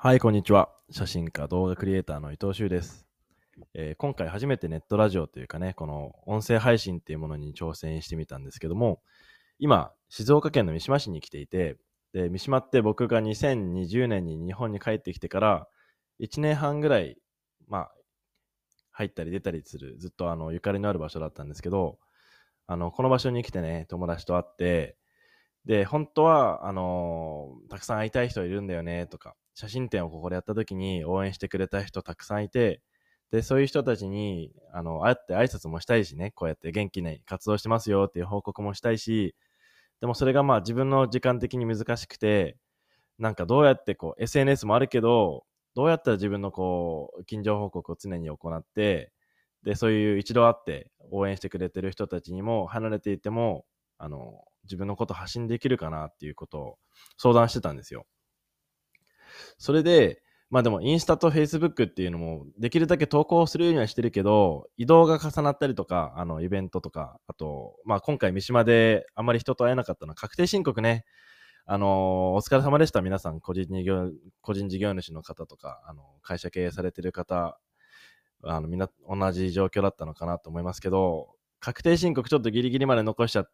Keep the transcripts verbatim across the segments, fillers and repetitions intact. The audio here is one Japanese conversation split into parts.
はい、こんにちは。写真家、動画クリエイターの伊藤修です、えー今回初めてネットラジオというかね、この音声配信っていうものに挑戦してみたんですけども、今、静岡県の三島市に来ていて、で、三島って僕がにせんにじゅうねんに日本に帰ってきてからいちねんはんぐらい、まあ、入ったり出たりする、ずっとあの、ゆかりのある場所だったんですけど、あの、この場所に来てね、友達と会って、で、本当は、あのーたくさん会いたい人いるんだよね、とか、写真展をここでやった時に応援してくれた人たくさんいて、で、そういう人たちに、あの、会って挨拶もしたいしね、こうやって元気に活動してますよっていう報告もしたいし、でもそれがまあ自分の時間的に難しくて、なんかどうやってこう、エスエヌエス もあるけど、どうやったら自分のこう、近況報告を常に行って、で、そういう一度会って応援してくれてる人たちにも離れていても、あの、自分のこと発信できるかなっていうことを相談してたんですよ。それで、まあでもインスタとフェイスブックっていうのもできるだけ投稿するようにはしてるけど、移動が重なったりとか、あのイベントとか、あと、まあ今回三島であんまり人と会えなかったのは確定申告ね。あのーお疲れ様でした。皆さん、個人事業、個人事業主の方とか、あの、会社経営されてる方、あの、みんな同じ状況だったのかなと思いますけど、確定申告ちょっとギリギリまで残しちゃって、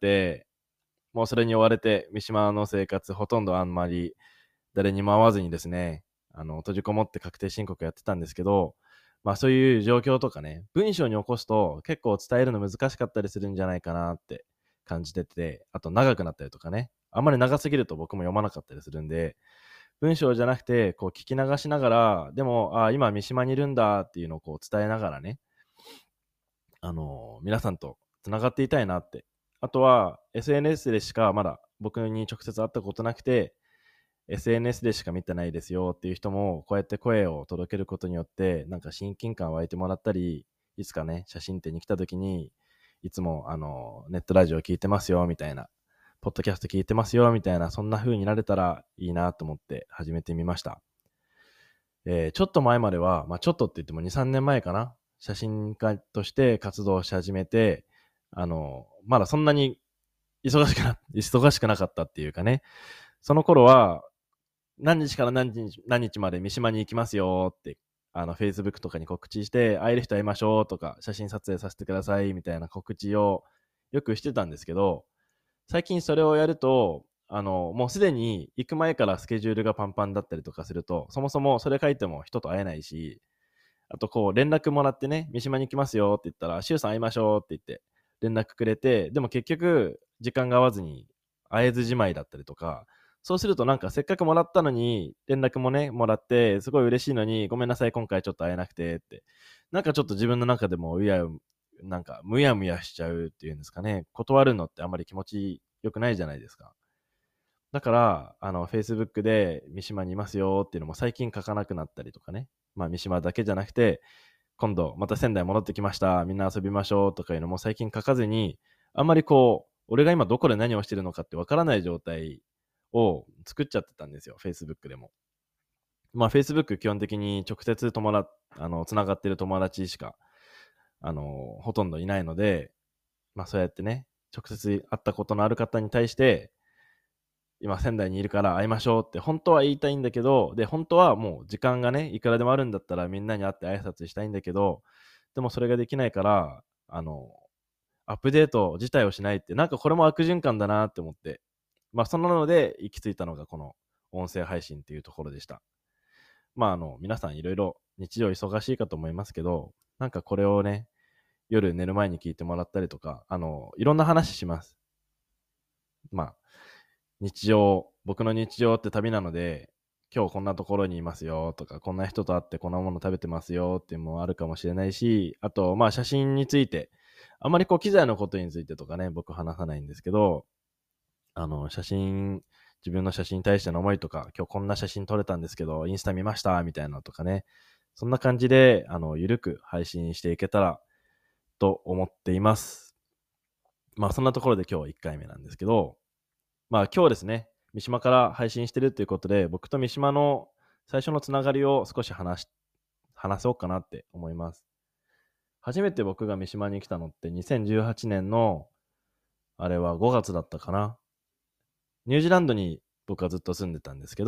もうそれに追われて、三島の生活ほとんどあんまり誰にも会わずにですね、あの、閉じこもって確定申告やってたんですけど、まあそういう状況とかね、文章に起こすと結構伝えるの難しかったりするんじゃないかなって感じてて、あと長くなったりとかね、あんまり長すぎると僕も読まなかったりするんで、文章じゃなくて、こう聞き流しながら、でも、あ今三島にいるんだっていうのをこう伝えながらね、あの、皆さんと繋がっていたいなって。あとは、エスエヌエス でしかまだ僕に直接会ったことなくて、エスエヌエス でしか見てないですよっていう人も、こうやって声を届けることによって、なんか親近感湧いてもらったり、いつかね、写真展に来た時に、いつも、あの、ネットラジオ聞いてますよ、みたいな、ポッドキャスト聞いてますよ、みたいな、そんな風になれたらいいなと思って始めてみました。えーちょっと前までは、まあちょっとって言ってもに、さんねんまえかな、写真家として活動し始めて、あの、まだそんなに忙しくな、忙しくなかったっていうかね、その頃は、何日から何日何日まで三島に行きますよって、あの、Facebook とかに告知して、会える人会いましょうとか、写真撮影させてくださいみたいな告知をよくしてたんですけど、最近それをやると、あの、もうすでに行く前からスケジュールがパンパンだったりとかすると、そもそもそれ書いても人と会えないし、あとこう連絡もらってね、三島に行きますよって言ったら、シュウさん会いましょうって言って連絡くれて、でも結局時間が合わずに会えずじまいだったりとか、そうするとなんかせっかくもらったのに、連絡もね、もらって、すごい嬉しいのに、ごめんなさい、今回ちょっと会えなくてって、なんかちょっと自分の中でもうやう、なんかむやむやしちゃうっていうんですかね、断るのってあんまり気持ち良くないじゃないですか。だから、あの、Facebook で三島にいますよっていうのも最近書かなくなったりとかね。まあ三島だけじゃなくて、今度また仙台戻ってきました。みんな遊びましょうとかいうのも最近書かずに、あんまりこう、俺が今どこで何をしてるのかってわからない状態を作っちゃってたんですよ。Facebook でも。まあ Facebook 基本的に直接友達、あの、つながってる友達しか、あの、ほとんどいないので、まあそうやってね、直接会ったことのある方に対して、今仙台にいるから会いましょうって本当は言いたいんだけど、で、本当はもう時間がね、いくらでもあるんだったらみんなに会って挨拶したいんだけど、でもそれができないから、あの、アップデート自体をしないって、なんかこれも悪循環だなって思って、まあそんなので行き着いたのがこの音声配信っていうところでした。まああの、皆さんいろいろ日常忙しいかと思いますけど、なんかこれをね、夜寝る前に聞いてもらったりとか、あの、いろんな話します。まあ、日常、僕の日常って旅なので、今日こんなところにいますよとか、こんな人と会ってこんなもの食べてますよっていうのもあるかもしれないし、あと、まあ写真について、あまりこう機材のことについてとかね、僕話さないんですけど、あの、写真、自分の写真に対しての思いとか、今日こんな写真撮れたんですけど、インスタ見ましたみたいなのとかね、そんな感じで、あの、ゆるく配信していけたらと思っています。まあそんなところで今日はいっかいめなんですけど、まあ今日ですね、三島から配信してるっていうことで、僕と三島の最初のつながりを少し話し、話そうかなって思います。初めて僕が三島に来たのってにせんじゅうはちねんの、あれはごがつだったかな。ニュージーランドに僕はずっと住んでたんですけど、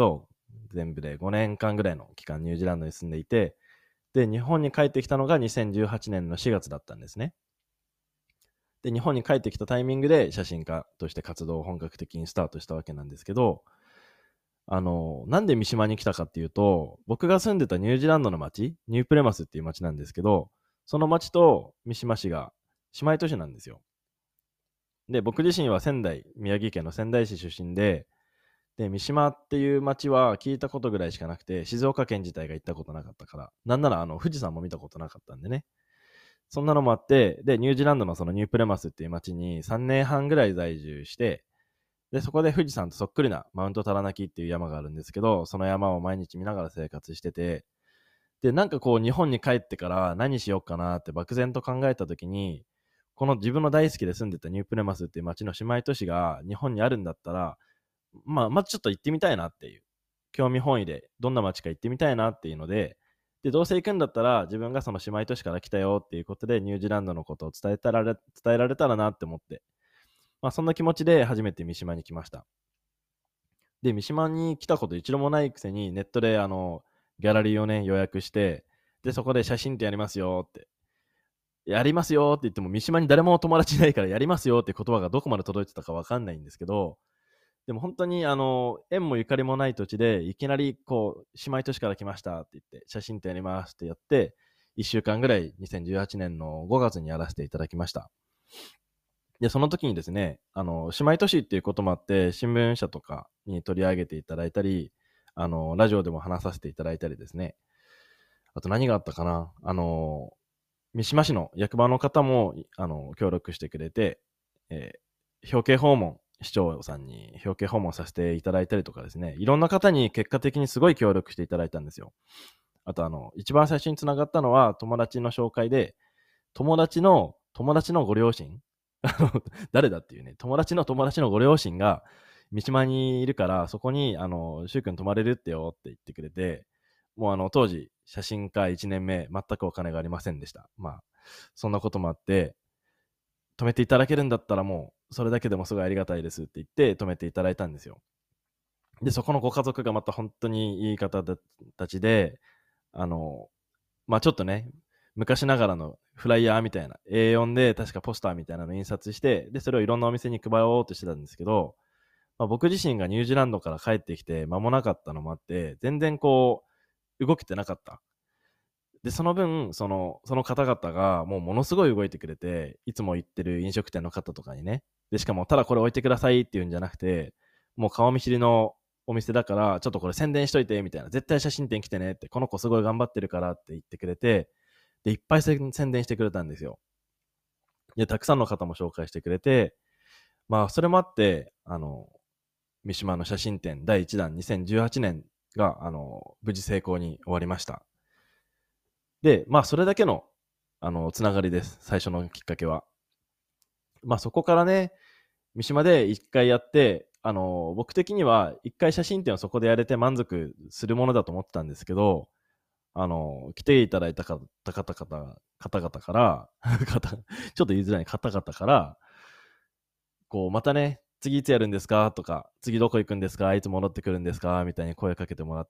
全部でごねんかんぐらいの期間ニュージーランドに住んでいて、で、日本に帰ってきたのがにせんじゅうはちねんのしがつだったんですね。で、日本に帰ってきたタイミングで写真家として活動を本格的にスタートしたわけなんですけど、あの、なんで三島に来たかっていうと、僕が住んでたニュージーランドの町、ニュープレマスっていう町なんですけど、その町と三島市が姉妹都市なんですよ。で、僕自身は仙台、宮城県の仙台市出身で、で、三島っていう町は聞いたことぐらいしかなくて、静岡県自体が行ったことなかったから、なんならあの富士山も見たことなかったんでね。そんなのもあって、で、ニュージーランドのそのニュープレマスっていう町にさんねんはんぐらい在住して、で、そこで富士山とそっくりなマウントタラナキっていう山があるんですけど、その山を毎日見ながら生活してて、で、なんかこう日本に帰ってから何しようかなって漠然と考えた時に、この自分の大好きで住んでたニュープレマスっていう町の姉妹都市が日本にあるんだったら、まあ、まずちょっと行ってみたいなっていう、興味本位でどんな街か行ってみたいなっていうので、で、どうせ行くんだったら自分がその姉妹都市から来たよっていうことでニュージーランドのことを伝えたられ伝えられたらなって思って、まあそんな気持ちで初めて三島に来ました。で、三島に来たこと一度もないくせにネットであのギャラリーをね予約して、で、そこで写真ってやりますよって、やりますよって言っても三島に誰も友達いないからやりますよって言葉がどこまで届いてたかわかんないんですけど、でも本当にあの縁もゆかりもない土地でいきなりこう姉妹都市から来ましたって言って写真展やりますってやって、いっしゅうかんぐらいにせんじゅうはちねんのごがつにやらせていただきました。で、その時にですね、あの姉妹都市っていうこともあって新聞社とかに取り上げていただいたり、あのラジオでも話させていただいたりですね、あと何があったかな、あの三島市の役場の方もあの協力してくれて、えー表敬訪問、市長さんに表敬訪問させていただいたりとかですね、いろんな方に結果的にすごい協力していただいたんですよ。あとあの、一番最初につながったのは友達の紹介で、友達の友達のご両親誰だっていうね、友達の友達のご両親が三島にいるから、そこにあの、しゅうくん泊まれるってよって言ってくれて、もうあの、当時、写真家いちねんめ、全くお金がありませんでした。まあ、そんなこともあって、泊めていただけるんだったらもう、それだけでもすごいありがたいですって言って泊めていただいたんですよ。で、そこのご家族がまた本当にいい方たちで、あの、まあちょっとね、昔ながらのフライヤーみたいな エーよん で確かポスターみたいなのを印刷して、で、それをいろんなお店に配ろうとしてたんですけど、まあ、僕自身がニュージーランドから帰ってきて間もなかったのもあって、全然こう、動けてなかった。で、その分、その、その方々がもうものすごい動いてくれて、いつも行ってる飲食店の方とかにね、で、しかもただこれ置いてくださいっていうんじゃなくて、もう顔見知りのお店だから、ちょっとこれ宣伝しといて、みたいな、絶対写真展来てねって、この子すごい頑張ってるからって言ってくれて、で、いっぱい宣伝してくれたんですよ。で、たくさんの方も紹介してくれて、まあ、それもあって、あの、三島の写真展だいいちだんにせんじゅうはちねんが、あの、無事成功に終わりました。で、まあ、それだけの、あの、つながりです。最初のきっかけは。まあ、そこからね、三島で一回やって、あの、僕的には一回写真展をそこでやれて満足するものだと思ってたんですけど、あの、来ていただいた方々、方々から、方ちょっと言いづらい方々から、こう、またね、次いつやるんですかとか、次どこ行くんですか、いつ戻ってくるんですかみたいに声かけてもらって、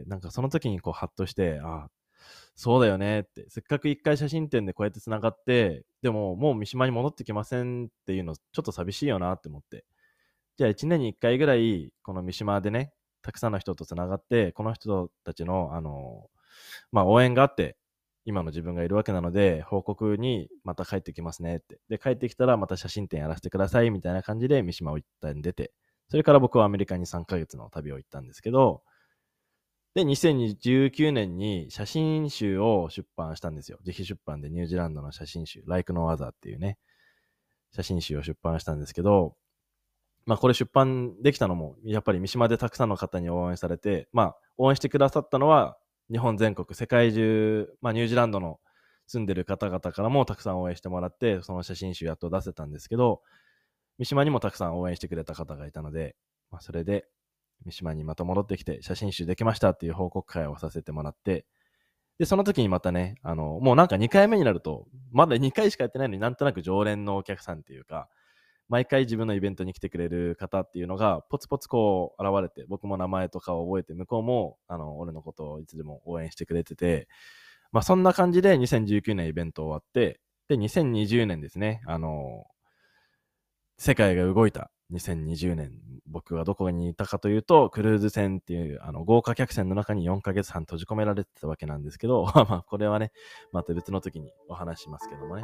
なんかその時にこう、ハッとして、あ、そうだよねって、せっかく一回写真展でこうやって繋がって、でももう三島に戻ってきませんっていうのちょっと寂しいよなって思って。じゃあ一年に一回ぐらい、この三島でね、たくさんの人と繋がって、この人たちの、あの、まあ応援があって、今の自分がいるわけなので、報告にまた帰ってきますねって。で、帰ってきたらまた写真展やらせてくださいみたいな感じで三島を一旦出て、それから僕はアメリカにさんかげつの旅を行ったんですけど、で、にせんじゅうきゅうねんに写真集を出版したんですよ。自費出版でニュージーランドの写真集、Like No Other っていうね、写真集を出版したんですけど、まあこれ出版できたのも、やっぱり三島でたくさんの方に応援されて、まあ応援してくださったのは、日本全国、世界中、まあニュージーランドの住んでる方々からもたくさん応援してもらって、その写真集やっと出せたんですけど、三島にもたくさん応援してくれた方がいたので、まあそれで、三島にまた戻ってきて写真集できましたっていう報告会をさせてもらって、で、その時にまたね、あの、もうなんかにかいめになると、まだにかいしかやってないのになんとなく常連のお客さんっていうか、 毎回自分のイベントに来てくれる方っていうのがポツポツこう現れて、僕も名前とかを覚えて、向こうもあの俺のことをいつでも応援してくれてて、まあそんな感じでにせんじゅうきゅうねんイベント終わって、でにせんにじゅうねんですね、あの世界が動いたにせんにじゅうねん、僕はどこにいたかというと、クルーズ船っていうあの豪華客船の中によんかげつはん閉じ込められてたわけなんですけど、まあこれはね、また別の時にお話しますけどもね。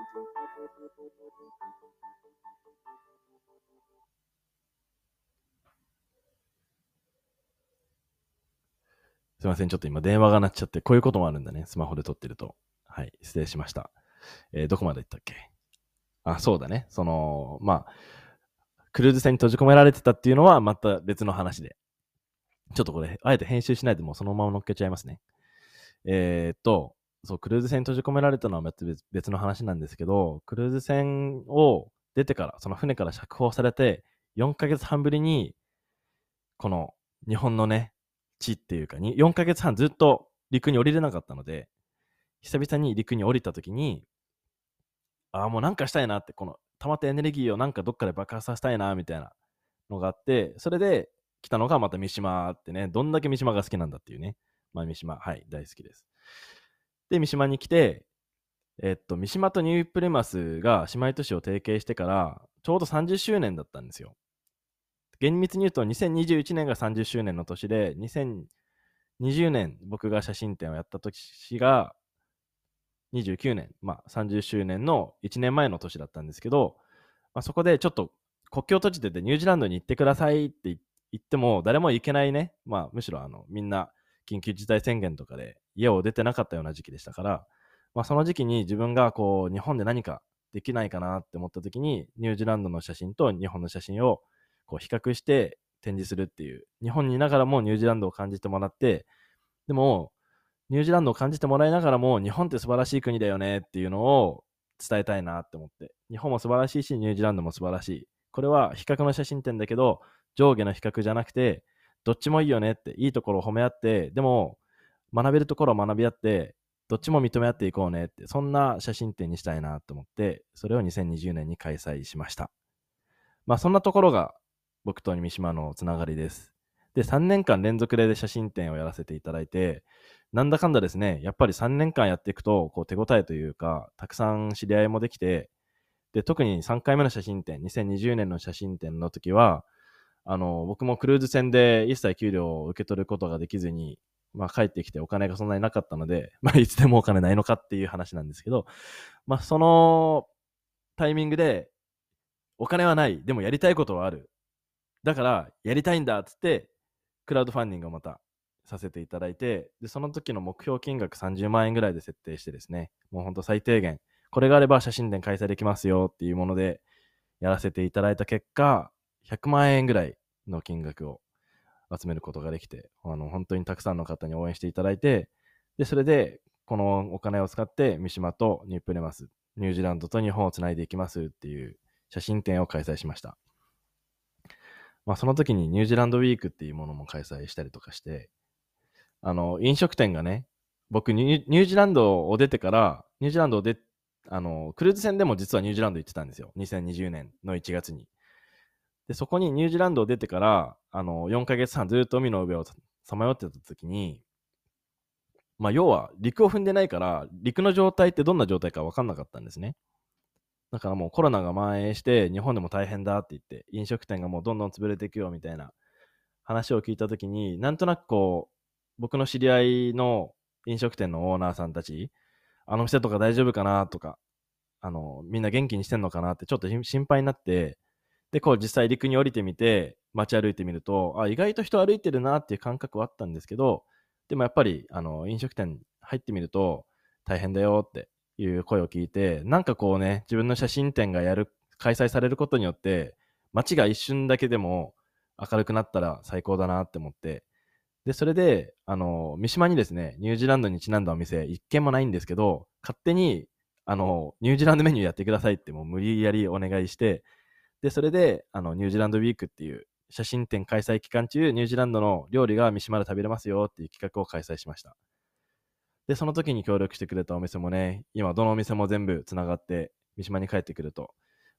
すいません、ちょっと今電話が鳴っちゃって、こういうこともあるんだね、スマホで撮ってると。はい、失礼しました。えー、どこまで行ったっけ？あ、そうだね。その、まあ、クルーズ船に閉じ込められてたっていうのはまた別の話で。ちょっとこれ、あえて編集しないでもうそのまま乗っけちゃいますね。えー、っと、そう、クルーズ船に閉じ込められたのは別別の話なんですけど、クルーズ船を出てから、その船から釈放されて、よんかげつはんぶりに、この日本のね、地っていうかに、よんかげつはんずっと陸に降りれなかったので、久々に陸に降りたときに、ああ、もうなんかしたいなって、この溜まったエネルギーをなんかどっかで爆発させたいな、みたいなのがあって、それで来たのがまた三島ってね、どんだけ三島が好きなんだっていうね。まあ三島、はい、大好きです。で、三島に来て、えっと、三島とニュープレマスが姉妹都市を提携してから、ちょうどさんじゅっしゅうねんだったんですよ。厳密に言うとにせんにじゅういちねんがさんじゅっしゅうねんの年で、にせんにじゅうねん僕が写真展をやった年がにじゅうきゅうねん、まあさんじゅっしゅうねんのいちねんまえの年だったんですけど、まあ、そこでちょっと国境閉じててニュージーランドに行ってくださいって言っても誰も行けないね、まあむしろあのみんな緊急事態宣言とかで家を出てなかったような時期でしたから、まあ、その時期に自分がこう日本で何かできないかなって思った時にニュージーランドの写真と日本の写真をこう比較して展示するっていう、日本にいながらもニュージーランドを感じてもらって、でもニュージーランドを感じてもらいながらも日本って素晴らしい国だよねっていうのを伝えたいなって思って、日本も素晴らしいしニュージーランドも素晴らしい、これは比較の写真展だけど上下の比較じゃなくてどっちもいいよねって、いいところを褒め合って、でも学べるところを学び合ってどっちも認め合っていこうねって、そんな写真展にしたいなと思って、それをにせんにじゅうねんに開催しました。まあそんなところが僕と三島のつながりです。で、さんねんかん連続で写真展をやらせていただいて、なんだかんだですね、やっぱりさんねんかんやっていくとこう手応えというか、たくさん知り合いもできて、で特にさんかいめの写真展、にせんにじゅうねんの写真展の時は、あの僕もクルーズ船で一切給料を受け取ることができずに、まあ、帰ってきてお金がそんなになかったので、まあ、いつでもお金ないのかっていう話なんですけど、まあ、そのタイミングでお金はない、でもやりたいことはある、だからやりたいんだっつってクラウドファンディングをまたさせていただいて、でその時の目標金額さんじゅうまんえんぐらいで設定してですね、もうほんと最低限これがあれば写真展開催できますよっていうものでやらせていただいた結果、ひゃくまんえんぐらいの金額を集めることができて、あの本当にたくさんの方に応援していただいて、でそれでこのお金を使って三島とニュープレマス、ニュージーランドと日本をつないでいきますっていう写真展を開催しました。まあ、その時にニュージーランドウィークっていうものも開催したりとかして、あの飲食店がね、僕ニュージーランドを出てから、ニュージーランドを出あのクルーズ船でも実はニュージーランド行ってたんですよ、にせんにじゅうねんのいちがつに。でそこにニュージーランドを出てからあのよんかげつはんずっと海の上をさまよってた時に、まあ、要は陸を踏んでないから陸の状態ってどんな状態か分かんなかったんですね。だからもうコロナが蔓延して日本でも大変だって言って、飲食店がもうどんどん潰れていくよみたいな話を聞いた時に、なんとなくこう僕の知り合いの飲食店のオーナーさんたち、あの店とか大丈夫かなとか、あのみんな元気にしてんのかなってちょっと心配になって、でこう実際陸に降りてみて街歩いてみると、あ意外と人歩いてるなっていう感覚はあったんですけど、でもやっぱりあの飲食店入ってみると大変だよっていう声を聞いて、なんかこうね、自分の写真展がやる開催されることによって街が一瞬だけでも明るくなったら最高だなって思って、でそれであの三島にですね、ニュージーランドにちなんだお店一軒もないんですけど、勝手にあのニュージーランドメニューやってくださいってもう無理やりお願いして、でそれであのニュージーランドウィークっていう写真展開催期間中、ニュージーランドの料理が三島で食べれますよっていう企画を開催しました。でその時に協力してくれたお店もね、今どのお店も全部つながって三島に帰ってくると、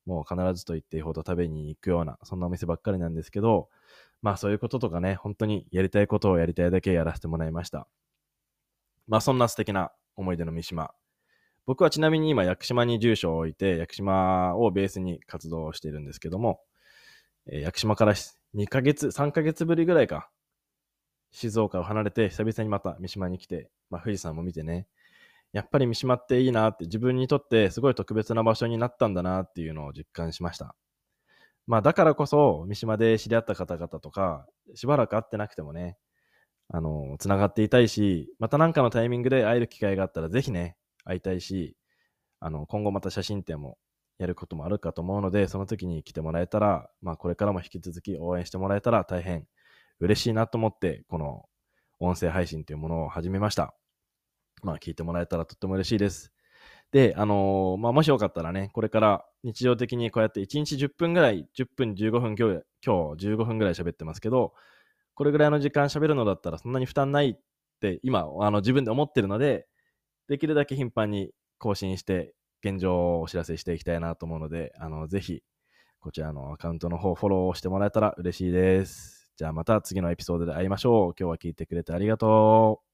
もう必ずと言っていいほど食べに行くような、そんなお店ばっかりなんですけど、まあそういうこととかね、本当にやりたいことをやりたいだけやらせてもらいました。まあそんな素敵な思い出の三島。僕はちなみに今、屋久島に住所を置いて、屋久島をベースに活動をしているんですけども、えー屋久島からにかげつ、さんかげつぶりぐらいか、静岡を離れて久々にまた三島に来て、まあ富士山も見てね、やっぱり三島っていいなって、自分にとってすごい特別な場所になったんだなっていうのを実感しました。まあだからこそ、三島で知り合った方々とか、しばらく会ってなくてもね、あの、つながっていたいし、また何かのタイミングで会える機会があったらぜひね、会いたいし、あの、今後また写真展もやることもあるかと思うので、その時に来てもらえたら、まあこれからも引き続き応援してもらえたら大変嬉しいなと思って、この音声配信というものを始めました。まあ聞いてもらえたらとっても嬉しいです。で、あのーまあもしよかったらね、これから日常的にこうやっていちにちじゅっぷんぐらい、じゅっぷんじゅうごふん、今日、今日じゅうごふんぐらい喋ってますけど、これぐらいの時間喋るのだったらそんなに負担ないって今、あの自分で思ってるので、できるだけ頻繁に更新して現状をお知らせしていきたいなと思うので、あのぜひこちらのアカウントの方フォローしてもらえたら嬉しいです。じゃあまた次のエピソードで会いましょう。今日は聞いてくれてありがとう。